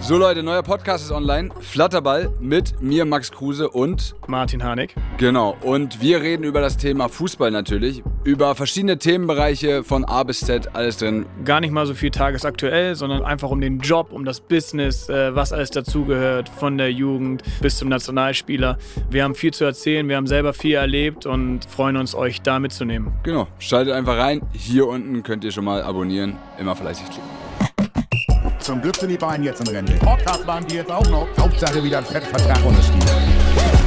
So Leute, neuer Podcast ist online. Flatterball mit mir, Max Kruse und Martin Harnik. Genau, und wir reden über das Thema Fußball natürlich. Über verschiedene Themenbereiche von A bis Z, alles drin. Gar nicht mal so viel tagesaktuell, sondern einfach um den Job, um das Business, was alles dazugehört, von der Jugend bis zum Nationalspieler. Wir haben viel zu erzählen, wir haben selber viel erlebt und freuen uns, euch da mitzunehmen. Genau, schaltet einfach rein. Hier unten könnt ihr schon mal abonnieren. Immer fleißig klicken. Zum Glück sind die beiden jetzt in Rente. Podcast waren die jetzt auch noch. Hauptsache wieder ein Fettvertrag unterschrieben.